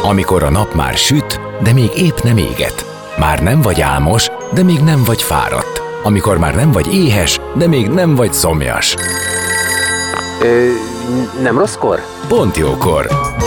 Amikor a nap már süt, de még épp nem éget. Már nem vagy álmos, de még nem vagy fáradt. Amikor már nem vagy éhes, de még nem vagy szomjas. Nem rosszkor? Pont jókor.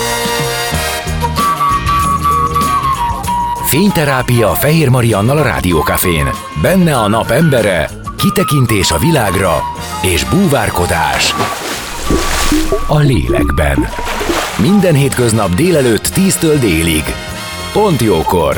Fényterápia Fehér Mariannal a Rádiókafén. Benne a nap embere, kitekintés a világra és búvárkodás a lélekben. Minden hétköznap délelőtt 10-től délig. Pont jókor.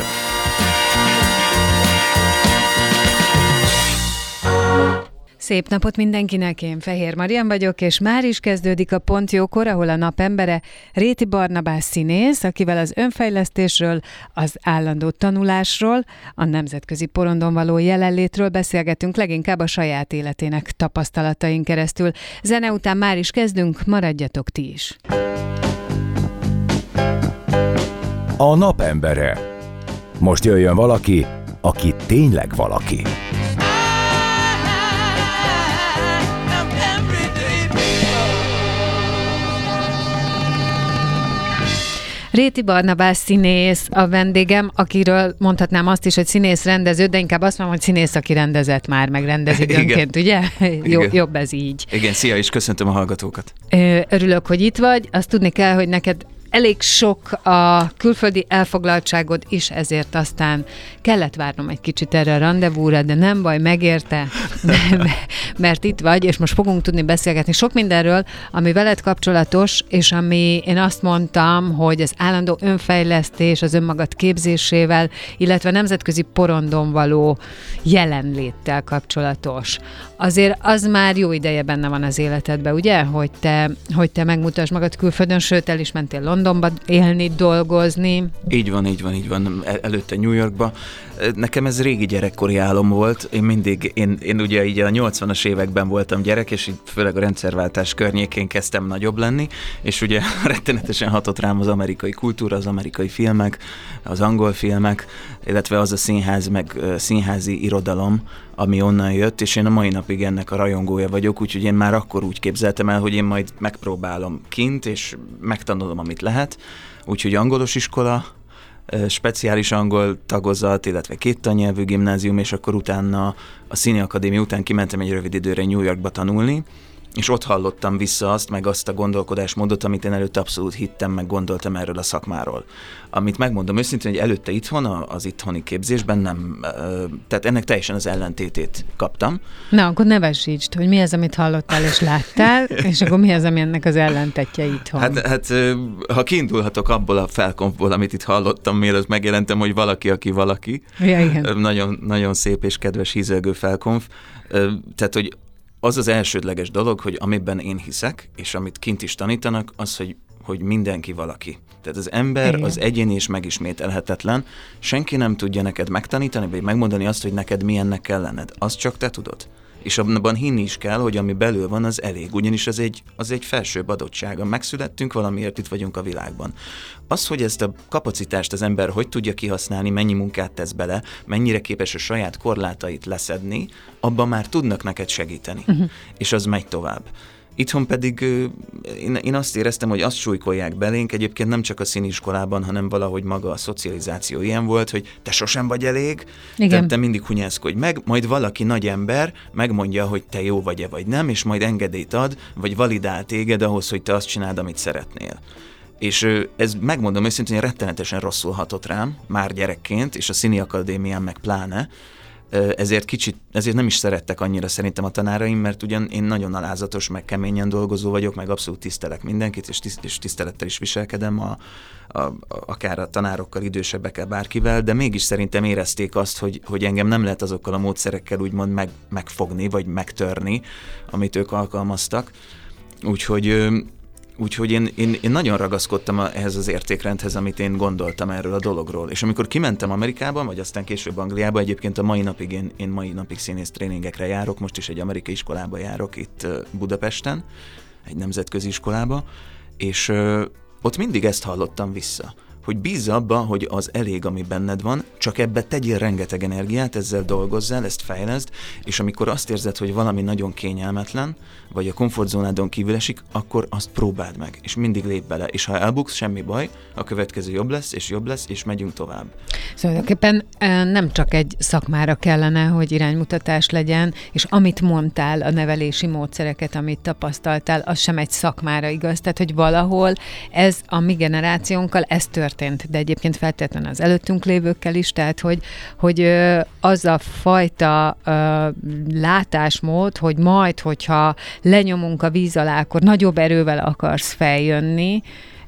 Szép napot mindenkinek, én Fehér Marian vagyok, és már is kezdődik a Pont jókor, ahol a napembere Réti Barnabás színész, akivel az önfejlesztésről, az állandó tanulásról, a nemzetközi porondon való jelenlétről beszélgetünk, leginkább a saját életének tapasztalatain keresztül. Zene után már is kezdünk, maradjatok ti is. A napembere. Most jöjjön valaki, aki tényleg valaki. Réti Barnabás színész a vendégem, akiről mondhatnám azt is, hogy színész rendező, de inkább azt mondom, hogy színész, aki rendezett már, meg rendez időnként, ugye? Jobb ez így. Igen, szia, és köszöntöm a hallgatókat. Örülök, hogy itt vagy. Azt tudni kell, hogy neked elég sok a külföldi elfoglaltságod is, ezért aztán kellett várnom egy kicsit erre a randevúra, de nem baj, megérte, mert itt vagy, és most fogunk tudni beszélgetni sok mindenről, ami veled kapcsolatos, és ami én azt mondtam, hogy az állandó önfejlesztés, az önmagad képzésével, illetve nemzetközi porondon való jelenléttel kapcsolatos. Azért az már jó ideje benne van az életedben, ugye? Hogy te megmutasd magad külföldön, sőt, el is mentél Londonba élni, dolgozni. Így van. Előtte New Yorkba. Nekem ez régi gyerekkori álom volt. Én ugye így a 80-as években voltam gyerek, és így főleg a rendszerváltás környékén kezdtem nagyobb lenni, és ugye rettenetesen hatott rám az amerikai kultúra, az amerikai filmek, az angol filmek, illetve az a színház, meg színházi irodalom, ami onnan jött, és én a mai napig ennek a rajongója vagyok, úgyhogy én már akkor úgy képzeltem el, hogy én majd megpróbálom kint, és megtanulom, amit lehet. Úgyhogy angolos iskola, speciális angol tagozat, illetve 2 tannyelvű gimnázium, és akkor utána a Színiakadémia után kimentem egy rövid időre New Yorkba tanulni, és ott hallottam vissza azt a gondolkodásmódot, amit én előtte abszolút hittem, meg gondoltam erről a szakmáról. Amit megmondom őszintén, hogy előtte itthon, az itthoni képzésben nem, tehát ennek teljesen az ellentétét kaptam. Na, akkor nevesítsd, hogy mi az, amit hallottál és láttál, és akkor mi az, ami ennek az ellentetje itthon. Hát ha kiindulhatok abból a felkonfból, amit itt hallottam, mielőtt megjelentem, hogy valaki, aki valaki. Ja, igen. Nagyon, nagyon szép és kedves hízelgő felkonf. Tehát, hogy az az elsődleges dolog, hogy amiben én hiszek, és amit kint is tanítanak, az, hogy mindenki valaki. Tehát az ember az egyéni és megismételhetetlen. Senki nem tudja neked megtanítani, vagy megmondani azt, hogy neked milyennek kell lenned. Azt csak te tudod. És abban hinni is kell, hogy ami belül van, az elég. Ugyanis az egy felsőbb adottsága. Megszülettünk, valamiért itt vagyunk a világban. Az, hogy ezt a kapacitást az ember hogy tudja kihasználni, mennyi munkát tesz bele, mennyire képes a saját korlátait leszedni, abban már tudnak neked segíteni. És az megy tovább. Itthon pedig én azt éreztem, hogy azt súlykolják belénk, egyébként nem csak a színiskolában, hanem valahogy maga a szocializáció ilyen volt, hogy te sosem vagy elég, te mindig hunyászkodj meg, majd valaki nagy ember megmondja, hogy te jó vagy-e vagy nem, és majd engedélyt ad, vagy validál téged ahhoz, hogy te azt csináld, amit szeretnél. És ez, megmondom őszintén, rettenetesen rosszul hatott rám, már gyerekként, és a Színiakadémián meg pláne. Ezért nem is szerettek annyira szerintem a tanáraim, mert ugyan én nagyon alázatos, meg keményen dolgozó vagyok, meg abszolút tisztelek mindenkit, és tisztelettel is viselkedem akár a tanárokkal, idősebbekkel, bárkivel, de mégis szerintem érezték azt, hogy engem nem lehet azokkal a módszerekkel úgymond megfogni, vagy megtörni, amit ők alkalmaztak. Úgyhogy én nagyon ragaszkodtam ehhez az értékrendhez, amit én gondoltam erről a dologról. És amikor kimentem Amerikába, vagy aztán később Angliába, egyébként a mai napig én mai napig színész tréningekre járok, most is egy amerikai iskolába járok itt Budapesten, egy nemzetközi iskolába, és ott mindig ezt hallottam vissza, hogy bízz abba, hogy az elég, ami benned van, csak ebbe tegyél rengeteg energiát, ezzel dolgozzál, ezt fejleszd, és amikor azt érzed, hogy valami nagyon kényelmetlen, vagy a komfortzónádon kívül esik, akkor azt próbáld meg, és mindig lépj bele, és ha elbuksz, semmi baj, a következő jobb lesz, és megyünk tovább. Szóval nem csak egy szakmára kellene, hogy iránymutatás legyen, és amit mondtál, a nevelési módszereket, amit tapasztaltál, az sem egy szakmára igaz, tehát hogy valahol ez a mi generációnkkal, ez történt, de egyébként feltétlenül az előttünk lévőkkel is, tehát hogy az a fajta látásmód, hogy majd, hogyha lenyomunk a víz alá, akkor nagyobb erővel akarsz feljönni,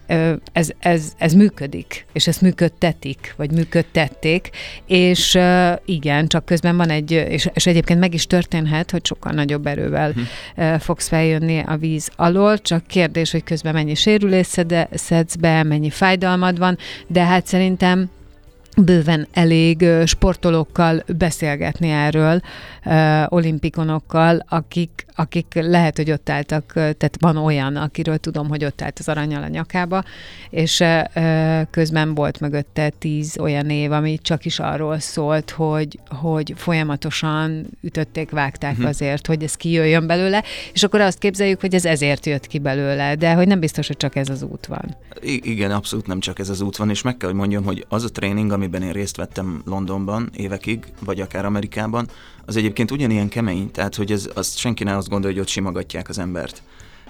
ez működik, és ezt működtetik, vagy működtették, és igen, csak közben van és egyébként meg is történhet, hogy sokkal nagyobb erővel fogsz feljönni a víz alól, csak kérdés, hogy közben mennyi sérülést szedsz be, mennyi fájdalmad van, de hát szerintem bőven elég sportolókkal beszélgetni erről, olimpikonokkal, akik lehet, hogy ott álltak, tehát van olyan, akiről tudom, hogy ott állt az arannyal a nyakába, és közben volt mögötte 10 olyan év, ami csak is arról szólt, hogy folyamatosan ütötték, vágták azért, hogy ez kijöjjön belőle, és akkor azt képzeljük, hogy ez ezért jött ki belőle, de hogy nem biztos, hogy csak ez az út van. Igen, abszolút nem csak ez az út van, és meg kell, hogy mondjam, hogy az a tréning, amiben én részt vettem Londonban évekig, vagy akár Amerikában, az egyébként ugyanilyen kemény, tehát hogy azt senki ne azt gondolja, hogy ott simogatják az embert.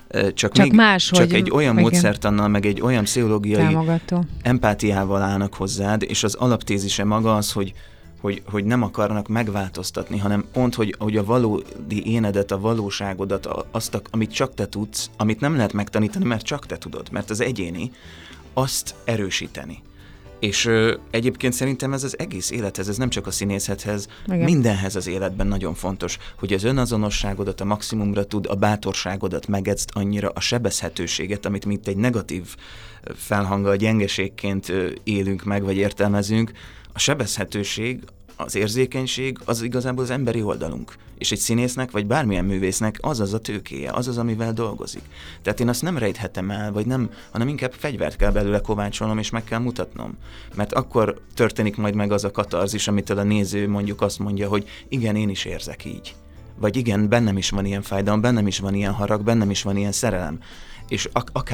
Csak egy olyan módszertannal, meg egy olyan pszichológiai támogató empátiával állnak hozzád, és az alaptézise maga az, hogy nem akarnak megváltoztatni, hanem pont, hogy a valódi énedet, a valóságodat, azt, amit csak te tudsz, amit nem lehet megtanítani, mert csak te tudod, mert az egyéni, azt erősíteni. És egyébként szerintem ez az egész élethez, ez nem csak a színészethez, mindenhez az életben nagyon fontos, hogy az önazonosságodat a maximumra tud, a bátorságodat megedzd annyira, a sebezhetőséget, amit mint egy negatív felhanggal, gyengeségként élünk meg, vagy értelmezünk, a sebezhetőség, az érzékenység az igazából az emberi oldalunk. És egy színésznek, vagy bármilyen művésznek az a tőkéje, az, amivel dolgozik. Tehát én azt nem rejthetem el, vagy nem, hanem inkább fegyvert kell belőle kovácsolnom, és meg kell mutatnom. Mert akkor történik majd meg az a katarzis, amitől a néző mondjuk azt mondja, hogy igen, én is érzek így. Vagy igen, bennem is van ilyen fájdalom, bennem is van ilyen harag, bennem is van ilyen szerelem. És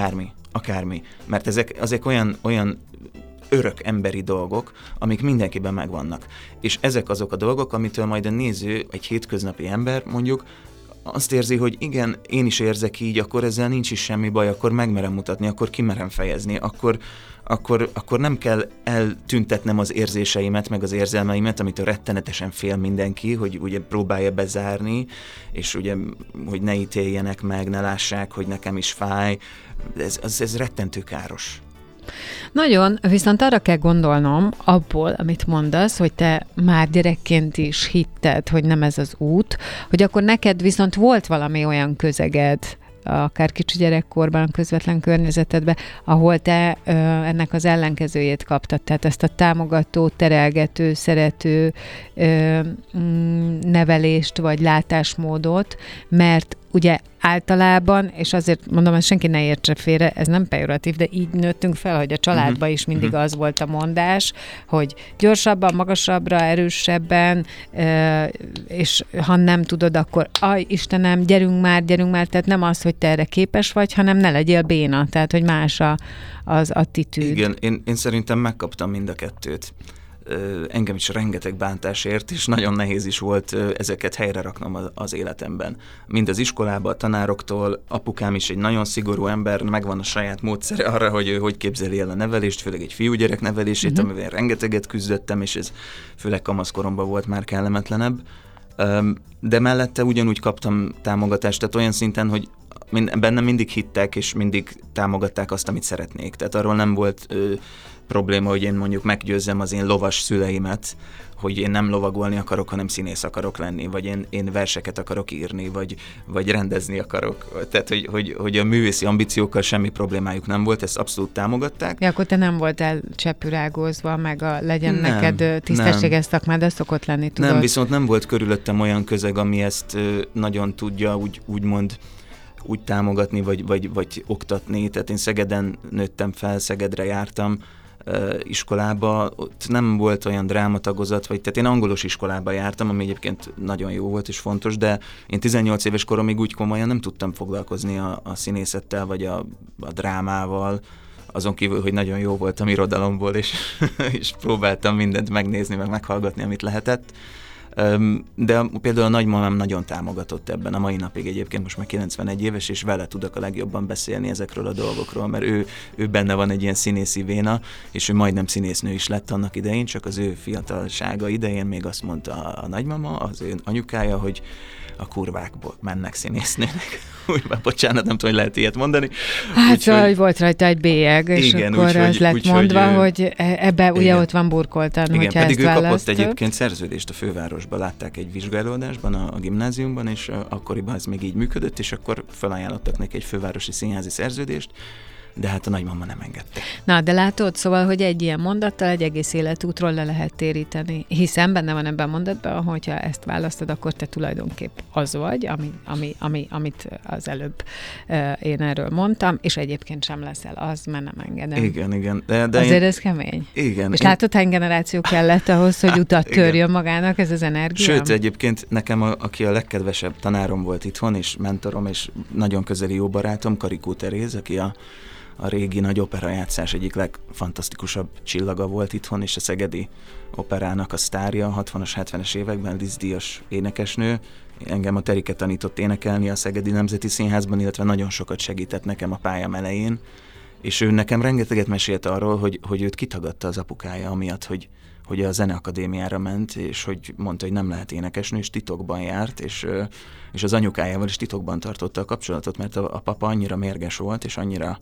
akármi. Mert ezek olyan örök emberi dolgok, amik mindenkiben megvannak. És ezek azok a dolgok, amitől majd a néző, egy hétköznapi ember mondjuk, azt érzi, hogy igen, én is érzek így, akkor ezzel nincs is semmi baj, akkor megmerem mutatni, akkor kimerem fejezni, akkor nem kell eltüntetnem az érzéseimet, meg az érzelmeimet, amitől rettenetesen fél mindenki, hogy ugye próbálja bezárni, és ugye, hogy ne ítéljenek meg, ne lássák, hogy nekem is fáj. Ez rettentő káros. Nagyon, viszont arra kell gondolnom abból, amit mondasz, hogy te már gyerekként is hitted, hogy nem ez az út, hogy akkor neked viszont volt valami olyan közeged, akár kicsi gyerekkorban, a közvetlen környezetedben, ahol te ennek az ellenkezőjét kaptad, tehát ezt a támogató, terelgető, szerető nevelést vagy látásmódot, mert ugye általában, és azért mondom, hogy senki ne értse félre, ez nem pejoratív, de így nőttünk fel, hogy a családban is mindig az volt a mondás, hogy gyorsabban, magasabbra, erősebben, és ha nem tudod, akkor Istenem, gyerünk már, tehát nem az, hogy te erre képes vagy, hanem ne legyél béna, tehát hogy más az attitűd. Igen, én szerintem megkaptam mind a kettőt. Engem is rengeteg bántás ért, és nagyon nehéz is volt ezeket helyre raknom az életemben. Mind az iskolában, a tanároktól, apukám is egy nagyon szigorú ember, megvan a saját módszere arra, hogy képzeli el a nevelést, főleg egy fiúgyerek nevelését, amivel rengeteget küzdöttem, és ez főleg kamaszkoromban volt már kellemetlenebb. De mellette ugyanúgy kaptam támogatást, tehát olyan szinten, hogy bennem mindig hittek, és mindig támogatták azt, amit szeretnék. Tehát arról nem volt probléma, hogy én mondjuk meggyőzzem az én lovas szüleimet, hogy én nem lovagolni akarok, hanem színész akarok lenni, vagy én verseket akarok írni, vagy rendezni akarok. Tehát, hogy a művészi ambíciókkal semmi problémájuk nem volt, ezt abszolút támogatták. Ja, akkor te nem voltál cseppürágózva, meg legyen neked tisztességes szakmád, de szokott lenni, tudod? Nem, viszont nem volt körülöttem olyan közeg, ami ezt nagyon tudja úgymond úgy támogatni, vagy oktatni. Tehát én Szegeden nőttem fel, Szegedre jártam, iskolába, ott nem volt olyan drámatagozat, tehát én angolos iskolába jártam, ami egyébként nagyon jó volt és fontos, de én 18 éves koromig úgy komolyan nem tudtam foglalkozni a színészettel, vagy a drámával, azon kívül, hogy nagyon jó voltam irodalomból, és próbáltam mindent megnézni, meg meghallgatni, amit lehetett. De például a nagymamám nagyon támogatott ebben, a mai napig egyébként, most már 91 éves, és vele tudok a legjobban beszélni ezekről a dolgokról, mert ő benne van egy ilyen színészi véna, és ő majdnem színésznő is lett annak idején, csak az ő fiatalsága idején még azt mondta a nagymama, az ő anyukája, hogy a kurvákból mennek színésznőnek. Bocsánat, nem tudom, hogy lehet ilyet mondani. Hát szóval volt rajta egy bélyeg, és igen, akkor az lett mondva, hogy ebbe ugye igen. Ott van burkoltan, igen, hogyha pedig ezt ő kapott egyébként szerződést a fővárosba, látták egy vizsgálódásban a gimnáziumban, és akkoriban ez még így működött, és akkor felajánlottak neki egy fővárosi színházi szerződést, de hát a nagymama nem engedte. Na, de látod, szóval, hogy egy ilyen mondattal egy egész életútról le lehet téríteni, hiszen benne van ebben a mondatban, hogyha ezt választod, akkor te tulajdonképp az vagy, amit az előbb én erről mondtam, és egyébként sem leszel az, mert nem engedem. Igen. De azért ez kemény. Igen. És látod, hány generáció kellett ahhoz, hogy utat törjön magának ez az energia? Sőt, egyébként nekem, aki a legkedvesebb tanárom volt itthon, és mentorom, és nagyon közeli jó barátom, Karikó Teréz, aki a régi nagy operajátszás egyik legfantasztikusabb csillaga volt itthon, és a szegedi operának a sztárja, a 60-as, 70-es években, Liszt-díjas énekesnő. Engem a Terike tanított énekelni a Szegedi Nemzeti Színházban, illetve nagyon sokat segített nekem a pályám elején, és ő nekem rengeteget mesélt arról, hogy őt kitagadta az apukája, amiatt, hogy a Zeneakadémiára ment, és hogy mondta, hogy nem lehet énekesnő, és titokban járt, és az anyukájával is titokban tartotta a kapcsolatot, mert a papa annyira mérges volt, és annyira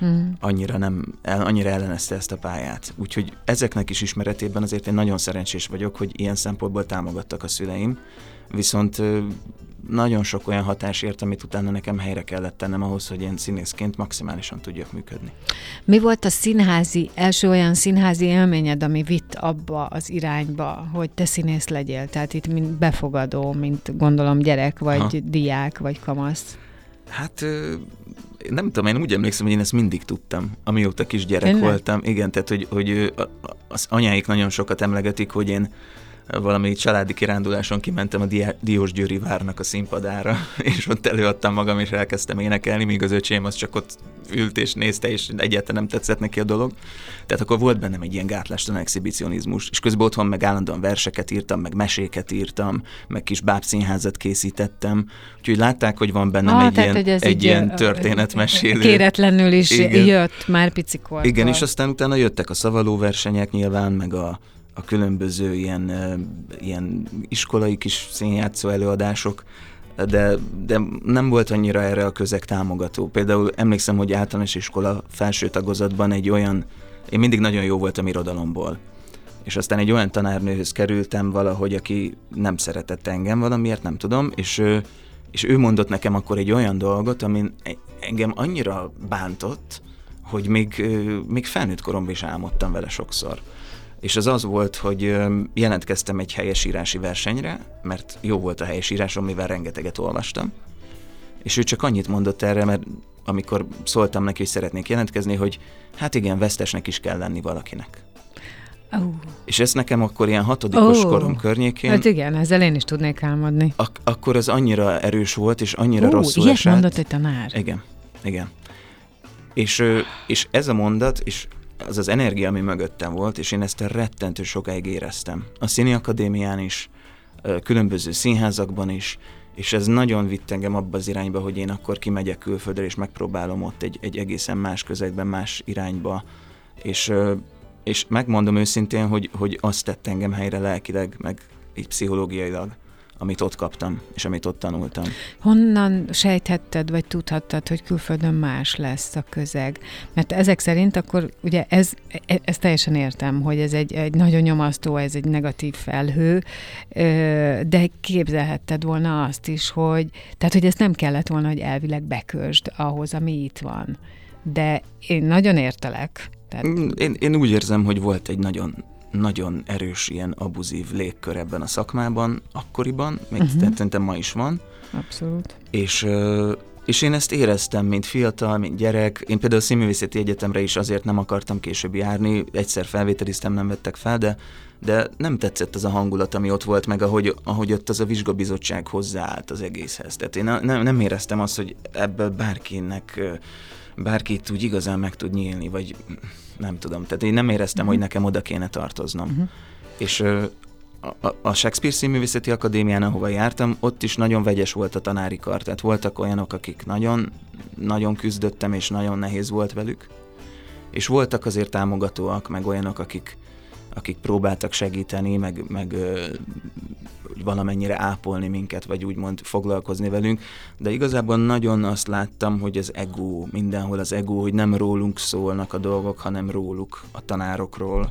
ellenezte ezt a pályát. Úgyhogy ezeknek is ismeretében azért én nagyon szerencsés vagyok, hogy ilyen szempontból támogattak a szüleim, viszont nagyon sok olyan hatás ért, amit utána nekem helyre kellett tennem ahhoz, hogy én színészként maximálisan tudjak működni. Mi volt a első olyan színházi élményed, ami vitt abba az irányba, hogy te színész legyél? Tehát itt mint befogadó, mint gondolom gyerek, vagy diák, vagy kamasz? Hát nem tudom, én úgy emlékszem, hogy én ezt mindig tudtam, amióta kisgyerek voltam. Igen, tehát hogy az anyáik nagyon sokat emlegetik, hogy én valami családi kiránduláson kimentem a Diósgyőri várnak a színpadára, és ott előadtam magam, és elkezdtem énekelni, míg az öcsém az csak ott ült és nézte, és egyáltalán nem tetszett neki a dolog. Tehát akkor volt bennem egy ilyen gátlástalan exhibicionizmus, és közben otthon meg állandóan verseket írtam, meg meséket írtam, meg kis bábszínházat készítettem, úgyhogy látták, hogy van bennem egy ilyen történetmesélő. Kéretlenül is igen. Jött már picikortól. Igen, és aztán utána jöttek a szavalóversenyek nyilván, meg a különböző ilyen iskolai kis színjátszó előadások, de nem volt annyira erre a közeg támogató. Például emlékszem, hogy általános iskola felső tagozatban én mindig nagyon jó voltam irodalomból. És aztán egy olyan tanárnőhöz kerültem valahogy, aki nem szeretett engem valamiért, nem tudom, és ő mondott nekem akkor egy olyan dolgot, amin engem annyira bántott, hogy még felnőtt koromban is álmodtam vele sokszor. És az volt, hogy jelentkeztem egy helyesírási versenyre, mert jó volt a helyesírásom, mivel rengeteget olvastam. És ő csak annyit mondott erre, mert amikor szóltam neki, hogy szeretnék jelentkezni, hogy hát igen, vesztesnek is kell lenni valakinek. És ezt nekem akkor ilyen 6. korom környékén... Hát igen, ezzel én is tudnék álmodni. Akkor az annyira erős volt, és annyira rosszul ilyet esett. Mondott egy tanár. Igen. És ez a mondat, és az energia, ami mögöttem volt, és én ezt rettentő sokáig éreztem. A Színiakadémián is, különböző színházakban is, és ez nagyon vitt engem abba az irányba, hogy én akkor kimegyek külföldre, és megpróbálom ott egy egészen más közegben, más irányba, és megmondom őszintén, hogy azt tett engem helyre lelkileg, meg így pszichológiailag, amit ott kaptam, és amit ott tanultam. Honnan sejthetted, vagy tudhattad, hogy külföldön más lesz a közeg? Mert ezek szerint akkor ugye ez teljesen értem, hogy ez egy nagyon nyomasztó, ez egy negatív felhő, de képzelhetted volna azt is, hogy ezt nem kellett volna, hogy elvileg bekösd ahhoz, ami itt van. De én nagyon értelek. Én úgy érzem, hogy volt egy nagyon erős ilyen abuzív légkör ebben a szakmában, akkoriban, még szerintem ma is van. Abszolút. És én ezt éreztem, mint fiatal, mint gyerek. Én például a Színművészeti Egyetemre is azért nem akartam később járni, egyszer felvételiztem, nem vettek fel, de nem tetszett az a hangulat, ami ott volt, meg ahogy ott az a vizsgabizottság hozzáállt az egészhez. Tehát én nem éreztem azt, hogy ebből bárkit úgy igazán meg tud nyílni, vagy nem tudom. Tehát én nem éreztem, hogy nekem oda kéne tartoznom. És a Shakespeare Színművészeti Akadémián, ahova jártam, ott is nagyon vegyes volt a tanári kar. Tehát voltak olyanok, akik nagyon, nagyon küzdöttem, és nagyon nehéz volt velük. És voltak azért támogatóak, meg olyanok, akik próbáltak segíteni, meg valamennyire ápolni minket, vagy úgymond foglalkozni velünk, de igazából nagyon azt láttam, hogy az ego, mindenhol az ego, hogy nem rólunk szólnak a dolgok, hanem róluk, a tanárokról,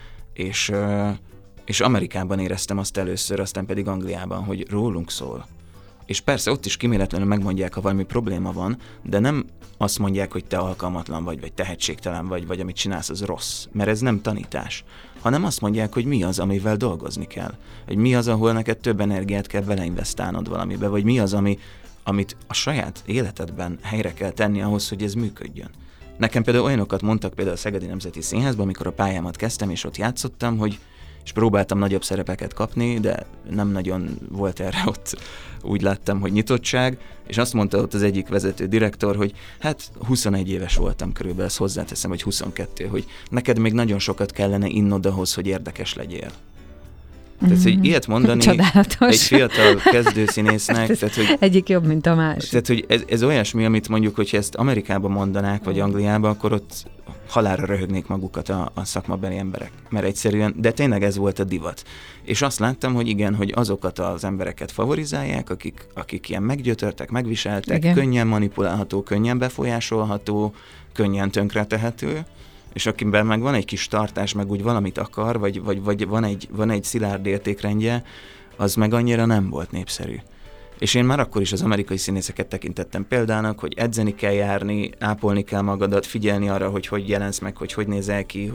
és Amerikában éreztem azt először, aztán pedig Angliában, hogy rólunk szól. És persze ott is kíméletlenül megmondják, ha valami probléma van, de nem azt mondják, hogy te alkalmatlan vagy tehetségtelen vagy amit csinálsz, az rossz, mert ez nem tanítás, hanem azt mondják, hogy mi az, amivel dolgozni kell, hogy mi az, ahol neked több energiát kell beleinvestálnod valamibe, vagy mi az, amit a saját életedben helyre kell tenni ahhoz, hogy ez működjön. Nekem például olyanokat mondtak például a Szegedi Nemzeti Színházban, amikor a pályámat kezdtem, és ott játszottam, és próbáltam nagyobb szerepeket kapni, de nem nagyon volt erre ott, úgy láttam, hogy nyitottság, és azt mondta ott az egyik vezető direktor, hogy hát 21 éves voltam körülbelül, ezt hozzáteszem, hogy 22, hogy neked még nagyon sokat kellene innod ahhoz, hogy érdekes legyél. Tehát, hogy ilyet mondani csodálatos. Egy fiatal kezdőszínésznek. Hát tehát, hogy, egyik jobb, mint a másik. Tehát, hogy ez olyasmi, amit mondjuk, hogyha ezt Amerikában mondanák, vagy Angliában, akkor ott halálra röhögnék magukat a szakmabeli emberek. Mert egyszerűen, de tényleg ez volt a divat. És azt láttam, hogy igen, hogy azokat az embereket favorizálják, akik ilyen meggyötörtek, megviseltek, igen. Könnyen manipulálható, könnyen befolyásolható, könnyen tönkretehető, és akiben meg van egy kis tartás, meg úgy valamit akar, vagy van egy szilárd értékrendje, az meg annyira nem volt népszerű. És én már akkor is az amerikai színészeket tekintettem példának, hogy edzeni kell járni, ápolni kell magadat, figyelni arra, hogy jelensz meg, hogy nézel ki,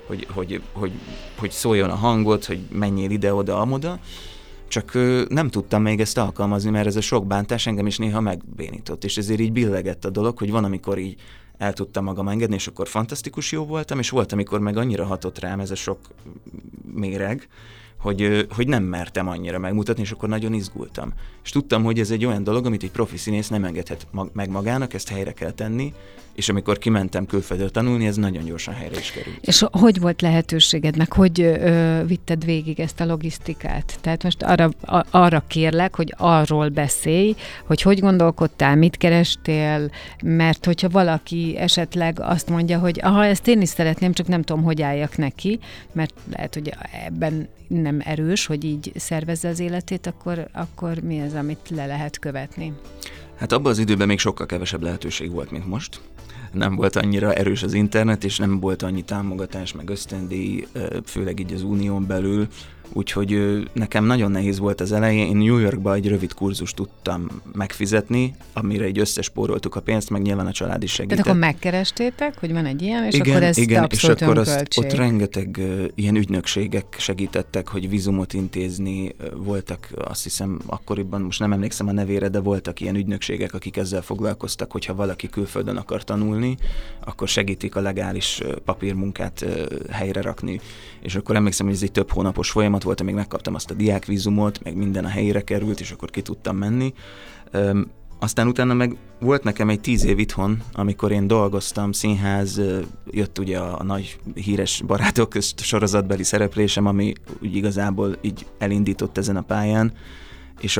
hogy szóljon a hangod, hogy menjél ide-oda, amoda. Csak nem tudtam még ezt alkalmazni, mert ez a sok bántás engem is néha megbénított, és ezért így billegett a dolog, hogy van, amikor így el tudtam magam engedni, és akkor fantasztikus jó voltam, és volt, amikor meg annyira hatott rám ez a sok méreg, hogy nem mertem annyira megmutatni, és akkor nagyon izgultam. És tudtam, hogy ez egy olyan dolog, amit egy profi színész nem engedhet meg magának, ezt helyre kell tenni, és amikor kimentem külföldre tanulni, ez nagyon gyorsan helyre is került. És hogy volt lehetőséged, meg hogy vitted végig ezt a logisztikát? Tehát most arra kérlek, hogy arról beszélj, hogy gondolkodtál, mit kerestél, mert hogyha valaki esetleg azt mondja, hogy ezt én is szeretném, csak nem tudom, hogy álljak neki, mert lehet, hogy ebben nem erős, hogy így szervezze az életét, akkor mi az, amit le lehet követni? Hát abban az időben még sokkal kevesebb lehetőség volt, mint most. Nem volt annyira erős az internet, és nem volt annyi támogatás, meg ösztöndíj, főleg így az unión belül, úgyhogy nekem nagyon nehéz volt az elején. Én New Yorkba egy rövid kurzust tudtam megfizetni, amire így összespóroltuk a pénzt, meg nyilván a család is segített. Tehát akkor megkerestétek, hogy van egy ilyen, és igen, akkor ez abszolút és akkor önköltség. ott rengeteg ilyen ügynökségek segítettek, hogy vízumot intézni, voltak, azt hiszem akkoriban, most nem emlékszem a nevére, de voltak ilyen ügynökségek, akik ezzel foglalkoztak, hogyha valaki külföldön akar tanulni, akkor segítik a legális papírmunkát helyre rakni. És akkor emlékszem, hogy ez egy több hónapos folyamat volt, amíg megkaptam azt a diákvízumot, meg minden a helyére került, és akkor ki tudtam menni. Aztán utána meg volt nekem egy 10 év itthon, amikor én dolgoztam, színház, jött ugye a nagy híres Barátok közt sorozatbeli szereplésem, ami úgy igazából így elindított ezen a pályán, és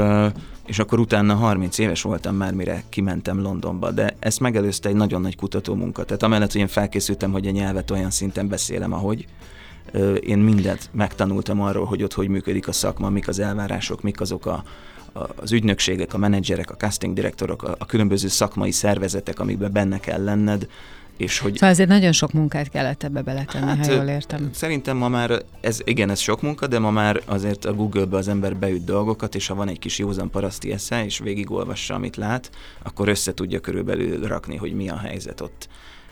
akkor utána 30 éves voltam már, mire kimentem Londonba, de ezt megelőzte egy nagyon nagy kutatómunka. Tehát amellett, hogy én felkészültem, hogy a nyelvet olyan szinten beszélem, ahogy, én mindent megtanultam arról, hogy ott hogy működik a szakma, mik az elvárások, mik azok az ügynökségek, a menedzserek, a casting direktorok, a különböző szakmai szervezetek, amikben benne kell lenned, és hogy... Szóval ezért nagyon sok munkát kellett ebbe beletenni, ha jól értem. Szerintem ma már, ez sok munka, de ma már azért a Google-be az ember beüt dolgokat, és ha van egy kis józan paraszti esze, és végigolvassa, amit lát, akkor össze tudja körülbelül rakni, hogy mi a helyzet ott.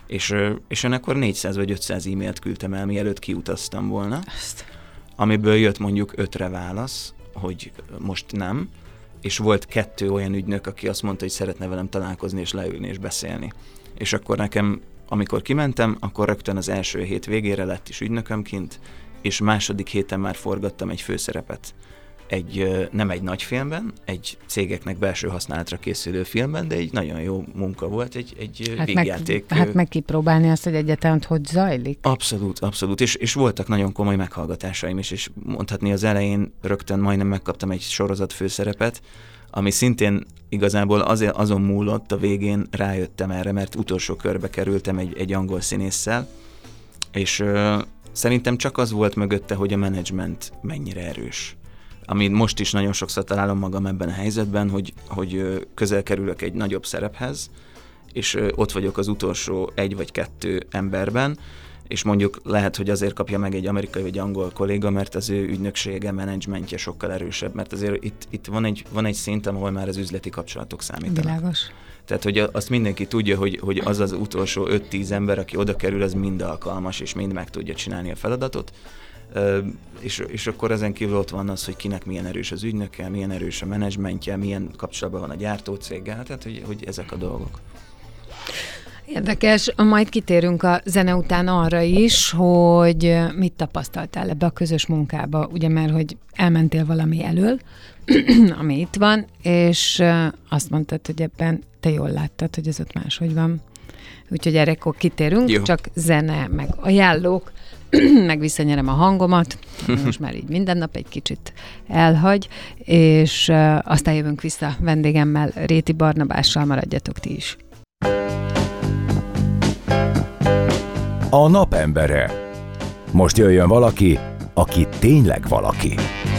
És én akkor 400 vagy 500 e-mailt küldtem el, mielőtt kiutaztam volna, amiből jött mondjuk 5-re válasz, hogy most nem, és volt 2 olyan ügynök, aki azt mondta, hogy szeretne velem találkozni, és leülni, és beszélni. És akkor nekem, amikor kimentem, akkor rögtön az első hét végére lett is ügynököm kint, és második héten már forgattam egy főszerepet. Nem egy nagy filmben, egy cégeknek belső használatra készülő filmben, de egy nagyon jó munka volt, egy vígjáték. Hát meg kipróbálni azt, hogy egyetemt hogy zajlik. Abszolút. És voltak nagyon komoly meghallgatásaim is, és mondhatni az elején rögtön majdnem megkaptam egy sorozat főszerepet, ami szintén igazából azon múlott, a végén rájöttem erre, mert utolsó körbe kerültem egy angol színésszel, és szerintem csak az volt mögötte, hogy a menedzsment mennyire erős. Ami most is nagyon sokszor találom magam ebben a helyzetben, hogy közel kerülök egy nagyobb szerephez, és ott vagyok az utolsó 1 vagy 2 emberben, és mondjuk lehet, hogy azért kapja meg egy amerikai vagy angol kolléga, mert az ő ügynöksége, menedzsmentje sokkal erősebb, mert azért itt van egy szint, ahol már az üzleti kapcsolatok számítanak. Világos. Tehát, hogy azt mindenki tudja, hogy az utolsó 5-10 ember, aki oda kerül, az mind alkalmas, és mind meg tudja csinálni a feladatot. És akkor ezen kívül ott van az, hogy kinek milyen erős az ügynöke, milyen erős a menedzsmentje, milyen kapcsolatban van a gyártócéggel, tehát hogy ezek a dolgok. Érdekes, majd kitérünk a zene után arra is, hogy mit tapasztaltál ebbe a közös munkába, ugye mert hogy elmentél valami elől, ami itt van, és azt mondtad, hogy ebben te jól láttad, hogy ez ott máshogy van. Úgyhogy erre akkor kitérünk, jó. Csak zene, meg ajánlók, meg visszanyerem a hangomat, most már így minden nap egy kicsit elhagy, és aztán jövünk vissza vendégemmel, Réti Barnabással, maradjatok ti is. A napembere. Most jöjjön valaki, aki tényleg valaki.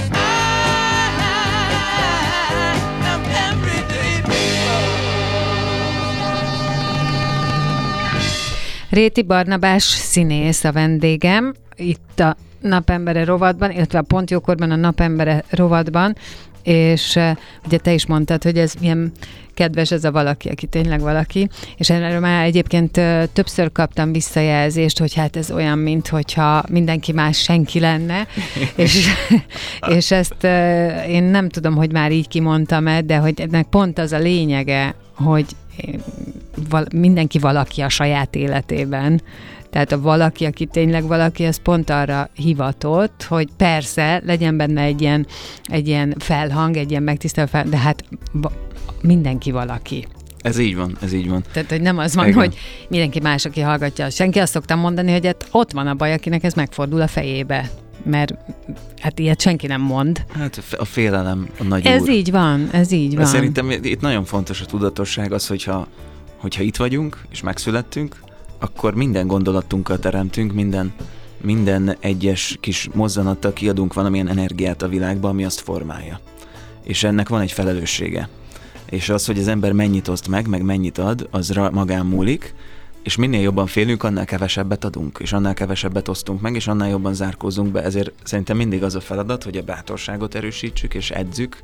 Réti Barnabás színész a vendégem, itt a Napembere rovatban, illetve a Pont Jókorban a Napembere rovatban, és ugye te is mondtad, hogy ez milyen kedves ez a valaki, aki tényleg valaki, és erről már egyébként többször kaptam visszajelzést, hogy hát ez olyan, minthogyha mindenki más senki lenne, és ezt én nem tudom, hogy már így kimondtam-e, de hogy ennek pont az a lényege, hogy mindenki valaki a saját életében. Tehát a valaki, aki tényleg valaki, az pont arra hivatott, hogy persze legyen benne egy ilyen felhang, egy ilyen megtisztelő felhang, de hát mindenki valaki. Ez így van. Tehát, hogy nem az van, igen, hogy mindenki más, aki hallgatja. Senki, azt szoktam mondani, hogy hát ott van a baj, akinek ez megfordul a fejébe. Mert hát ilyet senki nem mond. Hát a félelem a nagy ez úr. Ez így van. Szerintem itt nagyon fontos a tudatosság az, hogyha itt vagyunk, és megszülettünk, akkor minden gondolatunkkal teremtünk, minden egyes kis mozzanattal kiadunk valamilyen energiát a világba, ami azt formálja. És ennek van egy felelőssége. És az, hogy az ember mennyit oszt meg mennyit ad, az magán múlik, és minél jobban félünk, annál kevesebbet adunk, és annál kevesebbet osztunk meg, és annál jobban zárkózunk be. Ezért szerintem mindig az a feladat, hogy a bátorságot erősítsük, és edzük,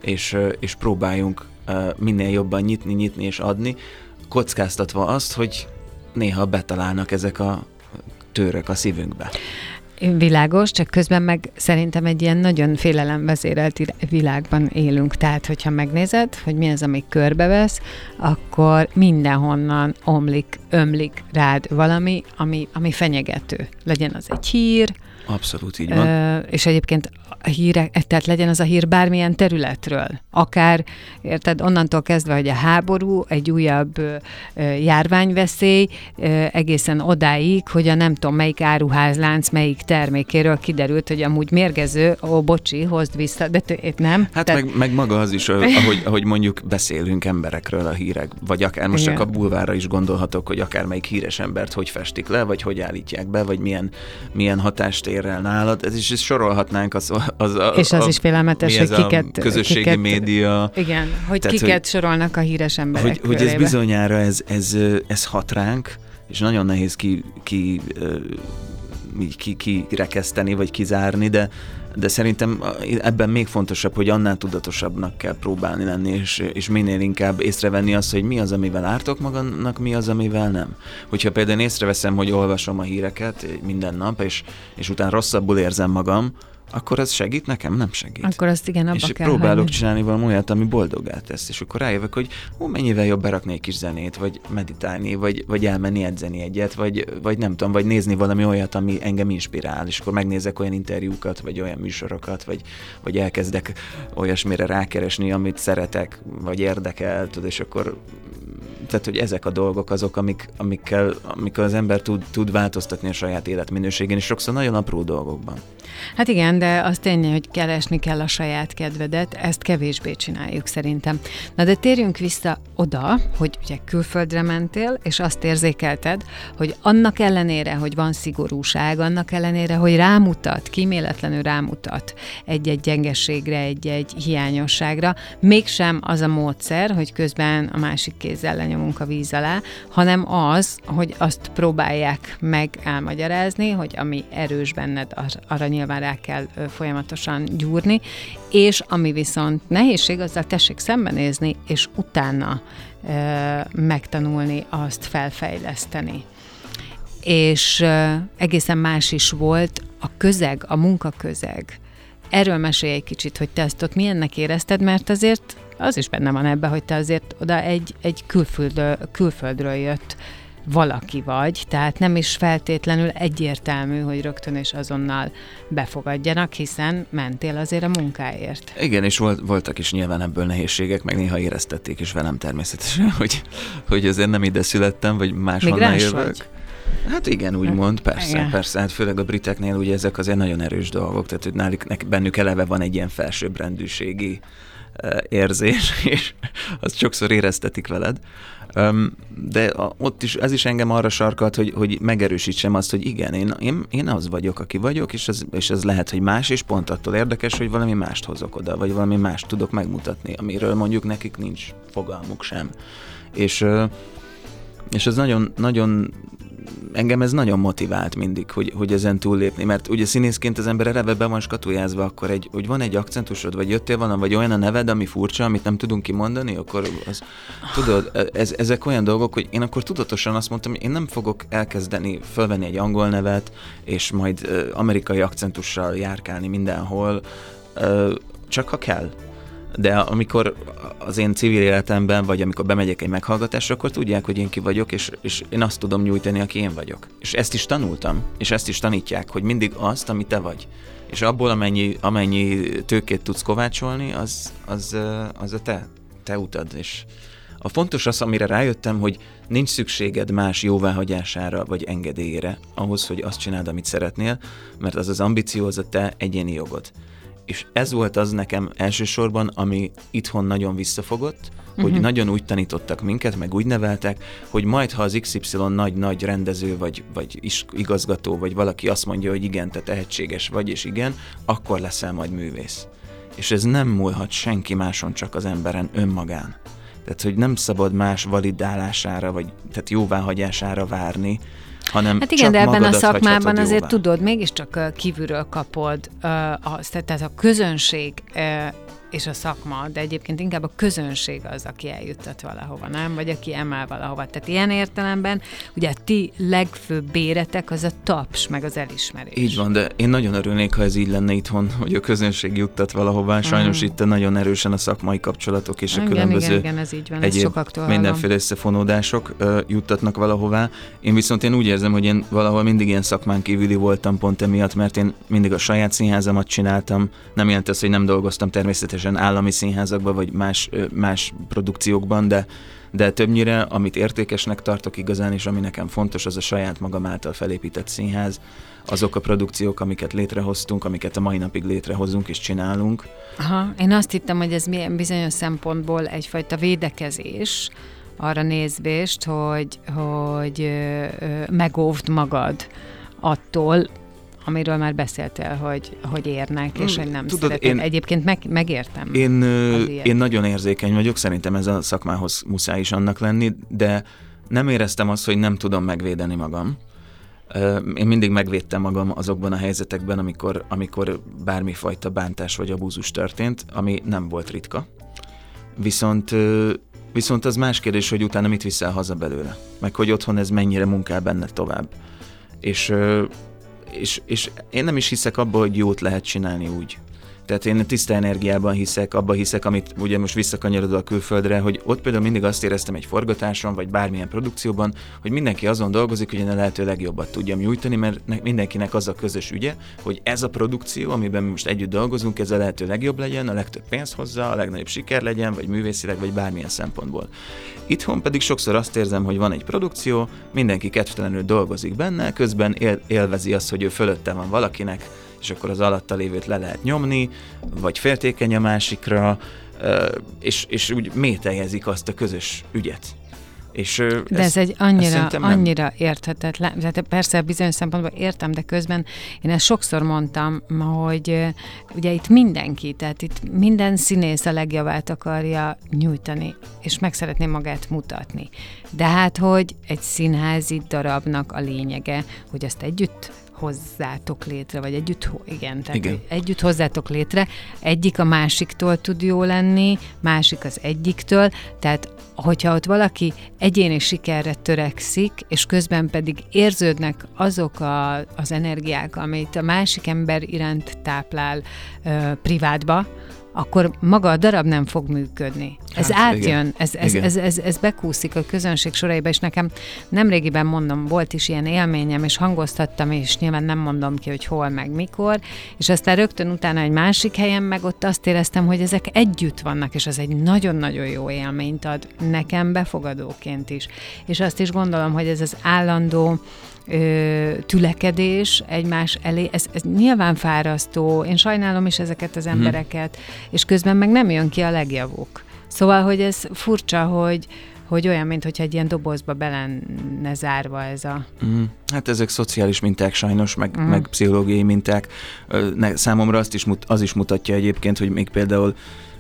és próbáljunk minél jobban nyitni és adni, kockáztatva azt, hogy néha betalálnak ezek a tőrök a szívünkbe. Világos, csak közben meg szerintem egy ilyen nagyon félelemvezérelt világban élünk. Tehát, hogyha megnézed, hogy mi az, ami körbevesz, akkor mindenhonnan ömlik rád valami, ami fenyegető. Legyen az egy hír. Abszolút így van. És egyébként a hírek, tehát legyen az a hír bármilyen területről. Akár, érted, onnantól kezdve, hogy a háború, egy újabb járványveszély, egészen odáig, hogy a nem tudom melyik áruházlánc, melyik termékéről kiderült, hogy amúgy mérgező, bocsi, hozd vissza, de nem. Hát tehát... meg maga az is, ahogy mondjuk beszélünk emberekről a hírek, vagy akár most csak a bulvárra is gondolhatok, hogy akár melyik híres embert hogy festik le, vagy hogy állítják be, vagy milyen hatást érrel nálad. Ez is sorolhatnánk és az is félelmetes, hogy kiket... közösségi média. Igen, hogy tehát, kiket sorolnak a híres emberek hogy ez bizonyára ez hat ránk, és nagyon nehéz kirekeszteni, vagy kizárni, de szerintem ebben még fontosabb, hogy annál tudatosabbnak kell próbálni lenni, és minél inkább észrevenni azt, hogy mi az, amivel ártok magamnak, mi az, amivel nem. Hogyha például észreveszem, hogy olvasom a híreket minden nap, és utána rosszabbul érzem magam, akkor az segít nekem? Nem segít. Akkor azt igen, abba és kell próbálok hagyni. csinálni valami olyat, ami boldoggá tesz, és akkor rájövök, hogy mennyivel jobb berakni egy kis zenét, vagy meditálni, vagy elmenni edzeni egyet, vagy nem tudom, vagy nézni valami olyat, ami engem inspirál, és akkor megnézek olyan interjúkat, vagy olyan műsorokat, vagy elkezdek olyasmire rákeresni, amit szeretek, vagy érdekel, és akkor tehát, hogy ezek a dolgok azok, amikkel az ember tud változtatni a saját életminőségén, és sokszor nagyon apró dolgokban. Hát igen, de az tény, hogy keresni kell a saját kedvedet, ezt kevésbé csináljuk szerintem. Na de térjünk vissza oda, hogy ugye külföldre mentél, és azt érzékelted, hogy annak ellenére, hogy van szigorúság, annak ellenére, hogy rámutat, kíméletlenül rámutat egy-egy gyengeségre, egy-egy hiányosságra, mégsem az a módszer, hogy közben a másik kézzel lenyomunk a víz alá, hanem az, hogy azt próbálják meg elmagyarázni, hogy ami erős benned, arra nyilván rá kell folyamatosan gyúrni, és ami viszont nehézség, azzal tessék szembenézni, és utána megtanulni, azt felfejleszteni. És egészen más is volt a közeg, a munkaközeg. Erről mesélj egy kicsit, hogy te ezt ott milyennek érezted, mert azért az is benne van ebben, hogy te azért oda egy külföldről jött valaki vagy, tehát nem is feltétlenül egyértelmű, hogy rögtön és azonnal befogadjanak, hiszen mentél azért a munkáért. Igen, és voltak is nyilván ebből nehézségek, meg néha éreztették is velem természetesen, hogy azért nem ide születtem, vagy máshonnan jövök. Vagy? Hát igen, úgymond, persze. Hát főleg a briteknél ugye ezek azért nagyon erős dolgok, tehát hogy bennük eleve van egy ilyen felsőbbrendűségi érzés, és azt sokszor éreztetik veled. De ott is, ez is engem arra sarkalt, hogy megerősítsem azt, hogy igen, én az vagyok, aki vagyok, és ez lehet, hogy más, és pont attól érdekes, hogy valami mást hozok oda, vagy valami mást tudok megmutatni, amiről mondjuk nekik nincs fogalmuk sem. És ez nagyon engem ez nagyon motivált mindig, hogy ezen túllépni, mert ugye színészként az ember eleve be van skatujázva, akkor hogy van egy akcentusod, vagy jöttél valami, vagy olyan a neved, ami furcsa, amit nem tudunk kimondani, akkor tudod, ezek olyan dolgok, hogy én akkor tudatosan azt mondtam, hogy én nem fogok elkezdeni fölvenni egy angol nevet, és majd amerikai akcentussal járkálni mindenhol, csak ha kell. De amikor az én civil életemben, vagy amikor bemegyek egy meghallgatásra, akkor tudják, hogy én ki vagyok, és én azt tudom nyújtani, aki én vagyok. És ezt is tanultam, és ezt is tanítják, hogy mindig azt, ami te vagy. És abból, amennyi tőkét tudsz kovácsolni, az a te utad. És a fontos az, amire rájöttem, hogy nincs szükséged más jóváhagyására, vagy engedélyére ahhoz, hogy azt csináld, amit szeretnél, mert az ambíció, az a te egyéni jogod. És ez volt az nekem elsősorban, ami itthon nagyon visszafogott, hogy nagyon úgy tanítottak minket, meg úgy neveltek, hogy majd, ha az XY nagy rendező, vagy igazgató, vagy valaki azt mondja, hogy igen, te tehetséges vagy, és igen, akkor leszel majd művész. És ez nem múlhat senki máson, csak az emberen önmagán. Tehát, hogy nem szabad más validálására, vagy tehát jóváhagyására várni, hanem hát igen, csak de ebben a szakmában azért jóvá. Tudod, mégiscsak kívülről kapod tehát a közönség és a szakma, de egyébként inkább a közönség az, aki eljuttat valahova, nem? Vagy aki emel valahova. Tehát ilyen értelemben ugye ti legfőbb béretek az a taps, meg az elismerés. Így van, de én nagyon örülnék, ha ez így lenne itthon, hogy a közönség juttat valahová. Sajnos itt nagyon erősen a szakmai kapcsolatok és a különböző igen, ez így van, egyéb sokaktól mindenféle összefonódások juttatnak valahová. Én úgy érzem, hogy én valahol mindig ilyen szakmán kívüli voltam pont emiatt, mert én mindig a saját színházamat csináltam. Nem jelent az, hogy nem dolgoztam természetesen állami színházakban, vagy más produkciókban, de többnyire, amit értékesnek tartok igazán, és ami nekem fontos, az a saját magam által felépített színház, azok a produkciók, amiket létrehoztunk, amiket a mai napig létrehozunk és csinálunk. Aha, én azt hittem, hogy ez bizonyos szempontból egyfajta védekezés, arra nézvést, hogy megóvd magad attól, amiről már beszéltél, hogy érnek, és hogy nem szereted. Egyébként megértem. Én nagyon érzékeny vagyok, szerintem ez a szakmához muszáj is annak lenni, de nem éreztem azt, hogy nem tudom megvédeni magam. Én mindig megvédtem magam azokban a helyzetekben, amikor bármifajta bántás vagy abúzus történt, ami nem volt ritka. Viszont az más kérdés, hogy utána mit viszel haza belőle, meg hogy otthon ez mennyire munkál benned tovább. és én nem is hiszek abba, hogy jót lehet csinálni úgy. Tehát én tiszta energiában hiszek, abba hiszek, amit ugye most visszakanyarodva a külföldre, hogy ott például mindig azt éreztem egy forgatáson, vagy bármilyen produkcióban, hogy mindenki azon dolgozik, hogy én a lehető legjobbat tudjam nyújtani, mert mindenkinek az a közös ügye, hogy ez a produkció, amiben mi most együtt dolgozunk, ez a lehető legjobb legyen, a legtöbb pénz hozza, a legnagyobb siker legyen, vagy művészileg, vagy bármilyen szempontból. Itthon pedig sokszor azt érzem, hogy van egy produkció, mindenki kedvtelenül dolgozik benne, közben élvezi azt, hogy ő fölötte van valakinek, és akkor az alatta lévőt le lehet nyomni, vagy féltékeny a másikra, és úgy mételjezik azt a közös ügyet. De ez egy annyira érthetetlen, tehát persze bizonyos szempontból értem, de közben én ezt sokszor mondtam, hogy ugye itt mindenki, tehát itt minden színész a legjavát akarja nyújtani, és meg szeretné magát mutatni. De hát, hogy egy színházi darabnak a lényege, hogy azt együtt hozzátok létre, vagy együtt hozzátok létre, egyik a másiktól tud jó lenni, másik az egyiktől, tehát hogyha ott valaki egyéni sikerre törekszik, és közben pedig érződnek azok az energiák, amit a másik ember iránt táplál privátba, akkor maga a darab nem fog működni. Ez átjön, ez bekúszik a közönség soraiba, és nekem nemrégiben mondom, volt is ilyen élményem, és hangoztattam, és nyilván nem mondom ki, hogy hol, meg mikor, és aztán rögtön utána egy másik helyen meg ott azt éreztem, hogy ezek együtt vannak, és az egy nagyon-nagyon jó élményt ad nekem befogadóként is. És azt is gondolom, hogy ez az állandó tülekedés egymás elé, ez nyilván fárasztó, én sajnálom is ezeket az embereket, és közben meg nem jön ki a legjavuk. Szóval, hogy ez furcsa, hogy olyan, mintha egy ilyen dobozba be lenne zárva ez a... Hát ezek szociális minták sajnos, meg pszichológiai minták. Számomra az is mutatja egyébként, hogy még például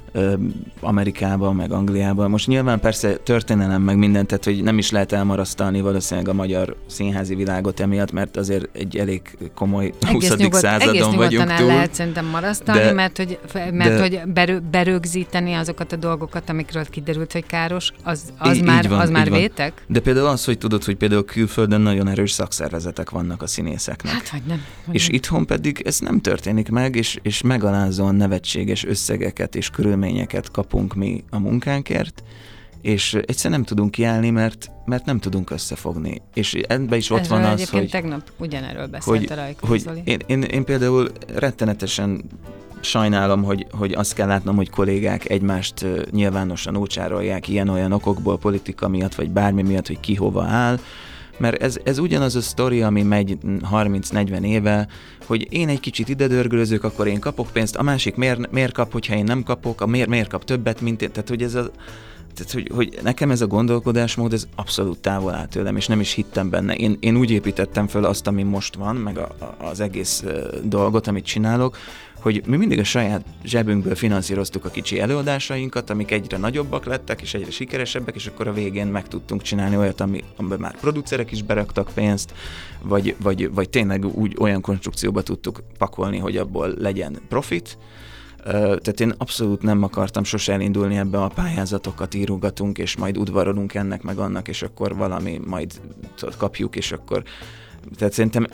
Amerikában, meg Angliában. Most nyilván persze történelem, meg mindent, tehát hogy nem is lehet elmarasztalni valószínűleg a magyar színházi világot emiatt, mert azért egy elég komoly 20. századon vagyunk túl. El lehet szerintem marasztalni, mert hogy berögzíteni azokat a dolgokat, amikről kiderült, hogy káros, az már vétek? De például az, hogy tudod, hogy például külföldön nagyon erős szakszervezetek vannak a színészeknek. Hát, hogy nem. És itthon pedig ez nem történik meg, és megalázóan nevetséges összegeket és körülményeket kapunk mi a munkánkért, és egyszerűen nem tudunk kiállni, mert nem tudunk összefogni. És ebben is ott van az, hogy... tegnap ugyanerről beszélt a Rajka Zoli. Én például rettenetesen sajnálom, hogy azt kell látnom, hogy kollégák egymást nyilvánosan ócsárolják ilyen-olyan okokból, politika miatt, vagy bármi miatt, hogy ki hova áll, mert ez ugyanaz a sztori, ami megy 30-40 éve, hogy én egy kicsit ide dörgölözök, akkor én kapok pénzt, a másik miért kap, hogyha én nem kapok, miért kap többet, mint én. Tehát, hogy nekem ez a gondolkodásmód, ez abszolút távol áll tőlem, és nem is hittem benne. Én úgy építettem föl azt, ami most van, meg az egész dolgot, amit csinálok, hogy mi mindig a saját zsebünkből finanszíroztuk a kicsi előadásainkat, amik egyre nagyobbak lettek, és egyre sikeresebbek, és akkor a végén meg tudtunk csinálni olyat, amiben már producerek is beraktak pénzt, vagy tényleg úgy olyan konstrukcióba tudtuk pakolni, hogy abból legyen profit. Tehát én abszolút nem akartam sose elindulni ebbe a pályázatokat írogatunk, és majd udvarolunk ennek meg annak, és akkor valami majd kapjuk, és akkor... Tehát szerintem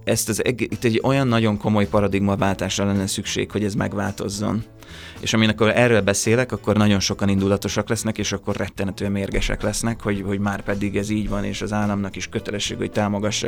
itt egy olyan nagyon komoly paradigmaváltásra lenne szükség, hogy ez megváltozzon. És amikor erről beszélek, akkor nagyon sokan indulatosak lesznek, és akkor rettenetően mérgesek lesznek, hogy már pedig ez így van, és az államnak is kötelesség, hogy támogassa,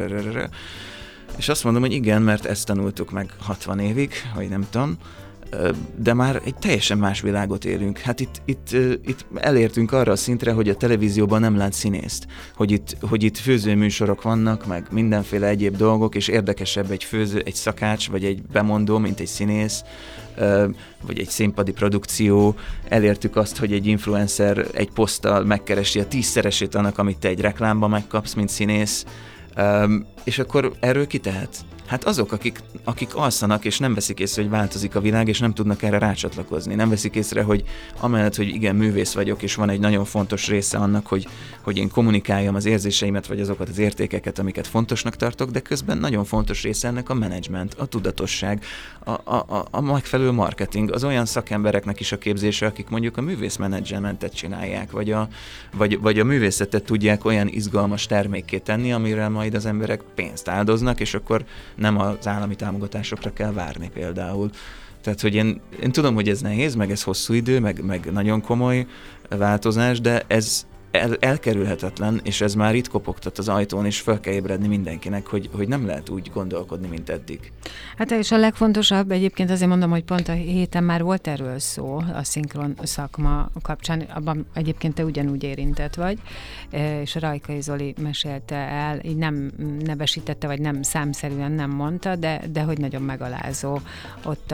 és azt mondom, hogy igen, mert ezt tanultuk meg 60 évig, vagy nem tudom, de már egy teljesen más világot élünk. Hát itt elértünk arra a szintre, hogy a televízióban nem lát színészt. Hogy itt főzőműsorok vannak, meg mindenféle egyéb dolgok, és érdekesebb egy szakács, vagy egy bemondó, mint egy színész, vagy egy színpadi produkció. Elértük azt, hogy egy influencer egy poszttal megkeresi a 10-szeresét annak, amit te egy reklámban megkapsz, mint színész. És akkor erről ki tehet? Hát azok, akik alszanak, és nem veszik észre, hogy változik a világ, és nem tudnak erre rácsatlakozni. Nem veszik észre, hogy amellett, hogy igen, művész vagyok, és van egy nagyon fontos része annak, hogy én kommunikáljam az érzéseimet, vagy azokat az értékeket, amiket fontosnak tartok, de közben nagyon fontos része ennek a menedzsment, a tudatosság, a megfelelő marketing, az olyan szakembereknek is a képzése, akik mondjuk a művészmenedzsmentet csinálják, vagy a művészetet tudják olyan izgalmas termékké tenni, amire majd az emberek pénzt áldoznak, és akkor nem az állami támogatásokra kell várni például. Tehát, hogy én tudom, hogy ez nehéz, meg ez hosszú idő, meg nagyon komoly változás, de ez elkerülhetetlen, és ez már itt kopogtat az ajtón, és fel kell ébredni mindenkinek, hogy nem lehet úgy gondolkodni, mint eddig. Hát és a legfontosabb, egyébként azért mondom, hogy pont a héten már volt erről szó a szinkron szakma kapcsán, abban egyébként te ugyanúgy érintett vagy, és a Rajkai Zoli mesélte el, így nem nevesítette, vagy nem számszerűen nem mondta, de hogy nagyon megalázó ott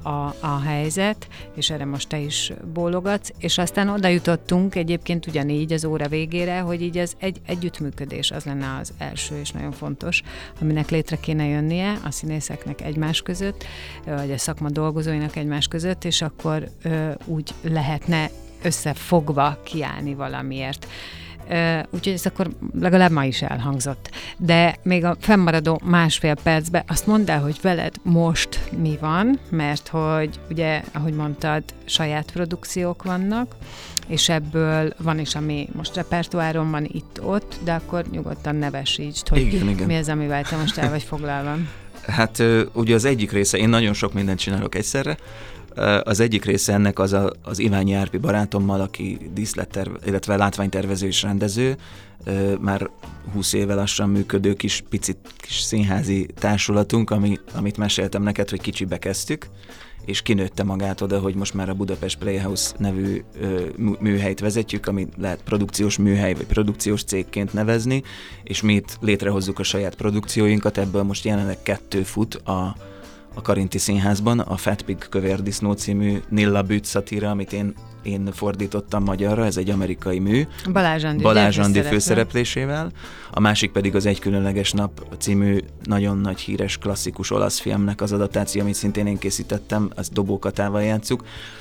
a helyzet, és erre most te is bólogatsz, és aztán oda jutottunk egyébként ugyanígy az óra végére, hogy így ez egy együttműködés, az lenne az első és nagyon fontos, aminek létre kéne jönnie a színészeknek egymás között, vagy a szakma dolgozóinak egymás között, és akkor úgy lehetne összefogva kiállni valamiért. Úgyhogy ez akkor legalább ma is elhangzott. De még a fennmaradó másfél percben azt mondd el, hogy veled most mi van, mert hogy ugye, ahogy mondtad, saját produkciók vannak, és ebből van is, ami most repertoáron van itt-ott, de akkor nyugodtan nevesítsd, hogy igen. Mi az, amivel te most el vagy foglalva. Hát ugye az egyik része, én nagyon sok mindent csinálok egyszerre, az egyik része ennek az Iványi Árpi barátommal, aki illetve látványtervező és rendező, már 20 éve lassan működő kis színházi társulatunk, amit meséltem neked, hogy kicsibe kezdtük, és kinőtte magát oda, hogy most már a Budapest Playhouse nevű műhelyt vezetjük, ami lehet produkciós műhely, vagy produkciós cégként nevezni, és mi itt létrehozzuk a saját produkcióinkat, ebből most jelenleg 2 fut a Karinti Színházban, a Fat Pig Kövér Disznó című Nilla Bütt szatíra, amit én fordítottam magyarra, ez egy amerikai mű. Balázs Andi főszereplésével. A másik pedig az Egy különleges nap című nagyon nagy híres klasszikus olasz filmnek az adaptáció, amit szintén én készítettem, azt Dobó Katával játsszuk.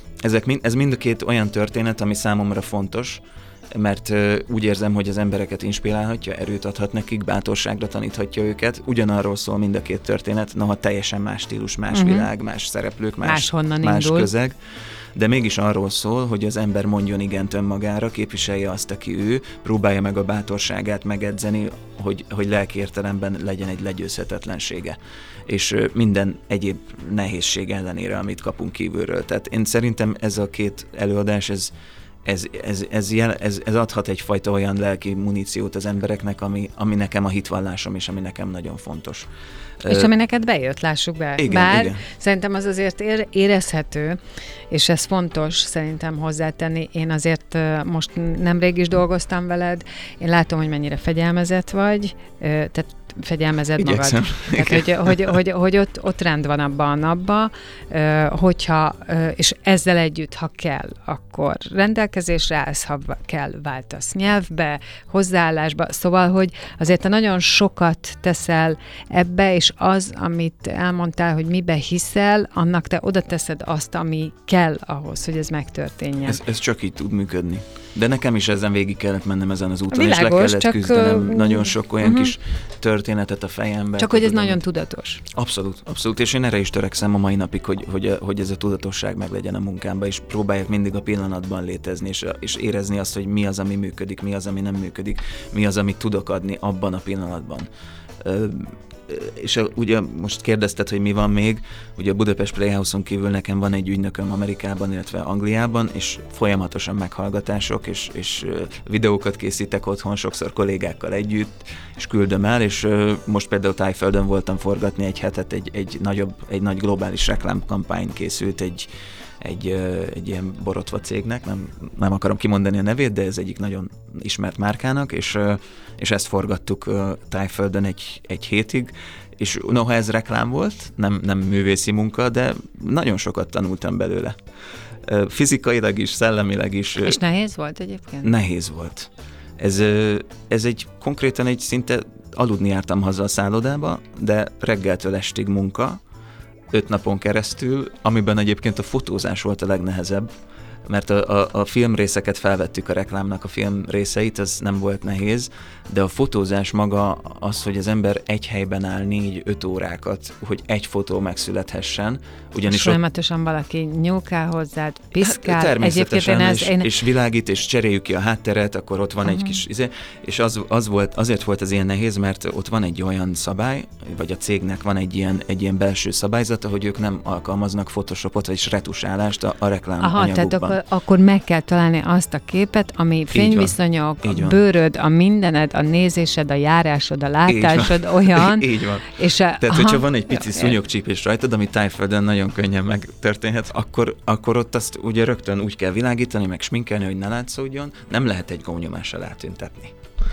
Ez mind a 2 olyan történet, ami számomra fontos, mert úgy érzem, hogy az embereket inspirálhatja, erőt adhat nekik, bátorságra taníthatja őket. Ugyanarról szól mind a 2 történet, noha teljesen más stílus, más világ, más szereplők, más közeg. De mégis arról szól, hogy az ember mondjon igent önmagára, képviselje azt, aki ő, próbálja meg a bátorságát megedzeni, hogy lelki értelemben legyen egy legyőzhetetlensége. És minden egyéb nehézség ellenére, amit kapunk kívülről. Tehát én szerintem ez a 2 előadás, ez adhat egyfajta olyan lelki muníciót az embereknek, ami nekem a hitvallásom, és ami nekem nagyon fontos. És ami neked bejött, lássuk be. Igen. Szerintem az azért érezhető, és ez fontos szerintem hozzátenni. Én azért most nemrég is dolgoztam veled, én látom, hogy mennyire fegyelmezett vagy, tehát fegyelmezed magad. Tehát, hogy ott rend van abban a napban, hogyha, és ezzel együtt, ha kell, akkor rendelkezésre állsz, ha kell, váltasz nyelvbe, hozzáállásba, szóval, hogy azért te nagyon sokat teszel ebbe, és az, amit elmondtál, hogy mibe hiszel, annak te oda teszed azt, ami kell ahhoz, hogy ez megtörténjen. Ez csak így tud működni. De nekem is ezen végig kellett mennem ezen az úton, és le kellett küzdenem nagyon sok olyan kis történetet a fejembe. Csak hogy ez nagyon tudatos. Abszolút, és én erre is törekszem a mai napig, hogy ez a tudatosság meg legyen a munkámban, és próbálják mindig a pillanatban létezni, és érezni azt, hogy mi az, ami működik, mi az, ami nem működik, mi az, amit tudok adni abban a pillanatban. És ugye most kérdezted, hogy mi van még, ugye a Budapest Playhouse-on kívül nekem van egy ügynököm Amerikában, illetve Angliában, és folyamatosan meghallgatások, és videókat készítek otthon, sokszor kollégákkal együtt, és küldöm el, és most például Tájföldön voltam forgatni egy hetet, egy nagy globális reklámkampány készült egy ilyen borotva cégnek, nem akarom kimondani a nevét, de ez egyik nagyon ismert márkának, és ezt forgattuk Tájföldön egy hétig, és noha ez reklám volt, nem művészi munka, de nagyon sokat tanultam belőle. Fizikailag is, szellemileg is. És nehéz volt egyébként? Nehéz volt. Ez konkrétan egy szinte aludni jártam haza a szállodába, de reggeltől estig munka, 5 napon keresztül, amiben egyébként a fotózás volt a legnehezebb. mert a filmrészeket felvettük, a reklámnak a film részeit, az nem volt nehéz, de a fotózás maga az, hogy az ember egy helyben áll 4-5 órákat, hogy egy fotó megszülethessen. Ugyanis folyamatosan valaki nyúlkál hozzád, piszkál. Természetesen, és világít, és cseréljük ki a hátteret, akkor ott van egy kis és azért volt az ilyen nehéz, mert ott van egy olyan szabály, vagy a cégnek van egy ilyen belső szabályzata, hogy ők nem alkalmaznak Photoshopot, vagy retusálást a reklámanyagokban. Tehát akkor meg kell találni azt a képet, ami fényviszonyok, a bőröd, a mindened, a nézésed, a járásod, a látásod olyan. Így van. Tehát, hogyha van egy pici szúnyogcsípés rajtad, ami Tájföldön nagyon könnyen megtörténhet, akkor ott azt ugye rögtön úgy kell világítani, meg sminkelni, hogy ne látszódjon, nem lehet egy gomnyomással eltüntetni.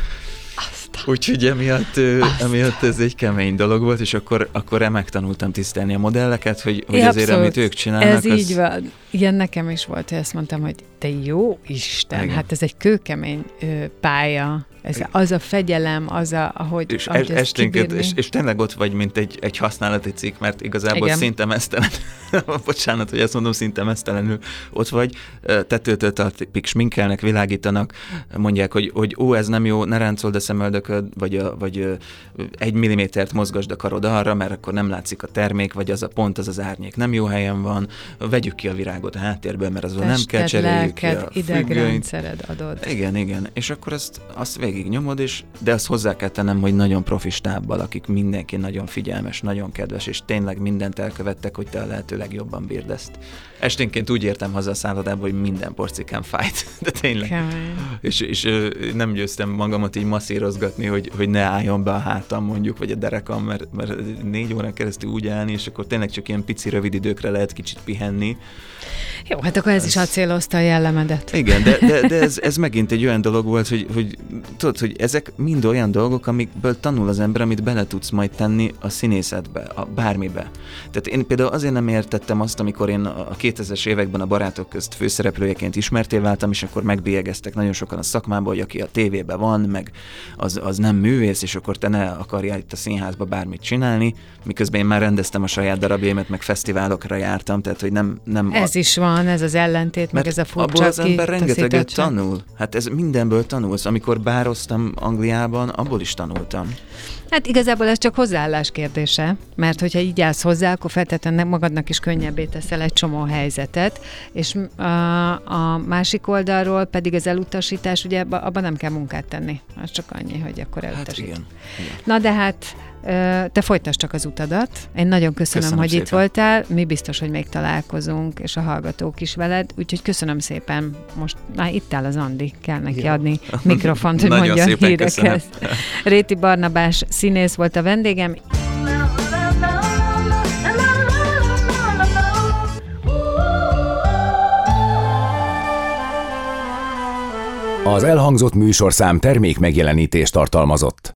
Úgyhogy emiatt ez egy kemény dolog volt, és akkor megtanultam tisztelni a modelleket, hogy azért, amit ők csinálnak. Ez így van. Igen, nekem is volt, hogy ezt mondtam, hogy te jó Isten, igen. Hát ez egy kőkemény pálya. Az a fegyelem, ahogy esténként, és tényleg ott vagy, mint egy használati cikk, mert igazából szinte meztelen, bocsánat, hogy ezt mondom, szinte meztelenül ott vagy, tetőtől tartig sminkelnek, világítanak, mondják, hogy ez nem jó, ne ráncold a szemöldököd, vagy 1 millimétert mozgasd a karod arra, mert akkor nem látszik a termék, vagy az az árnyék nem jó helyen van, vegyük ki a virágot a háttérből, mert azon nem kell, cseréljük ki a idegrendszered adod. Igen, és akkor azt végig nyomod, de azt hozzá kell tennem, hogy nagyon profi stábbal, akik mindenki nagyon figyelmes, nagyon kedves, és tényleg mindent elkövettek, hogy te a lehető legjobban bírd ezt. Esténként úgy értem haza a szállodába, hogy minden porcikán fájt, de tényleg. És nem győztem magamat így masszírozgatni, hogy ne álljon be a hátam mondjuk, vagy a derekam, mert 4 órán keresztül úgy állni, és akkor tényleg csak ilyen pici rövid időkre lehet kicsit pihenni. Jó, hát akkor ez is acélozta a jellemedet. Igen, de ez megint egy olyan dolog volt, hogy tudod, hogy ezek mind olyan dolgok, amikből tanul az ember, amit bele tudsz majd tenni a színészetbe, bármibe. Tehát én például azért nem értettem azt, amikor én a 2000-es években a Barátok Közt főszereplőjeként ismerté váltam, és akkor megbélyegeztek nagyon sokan a szakmából, hogy aki a tévében van, meg az nem művész, és akkor te ne akarjál itt a színházba bármit csinálni, miközben én már rendeztem a saját darabjaimat, meg fesztiválokra jártam, tehát hogy nem ez is van, ez az ellentét, meg ez a furcsa abból az ember rengeteget tanul. Hát ez mindenből tanulsz. Amikor bároztam Angliában, abból is tanultam. Hát igazából ez csak hozzáállás kérdése, mert hogyha így állsz hozzá, akkor feltétlenül magadnak is könnyebbé teszel egy csomó helyzetet, és a másik oldalról pedig az elutasítás, ugye abban nem kell munkát tenni. Az csak annyi, hogy akkor elutasít. Hát igen. Na de hát te folytasd csak az utadat. Én nagyon köszönöm hogy szépen. Itt voltál. Mi biztos, hogy még találkozunk, és a hallgatók is veled. Úgyhogy köszönöm szépen. Most itt áll az Andi. Kell neki adni mikrofont, hogy mondja a híreket. Réti Barnabás színész volt a vendégem. Az elhangzott műsorszám termék megjelenítést tartalmazott.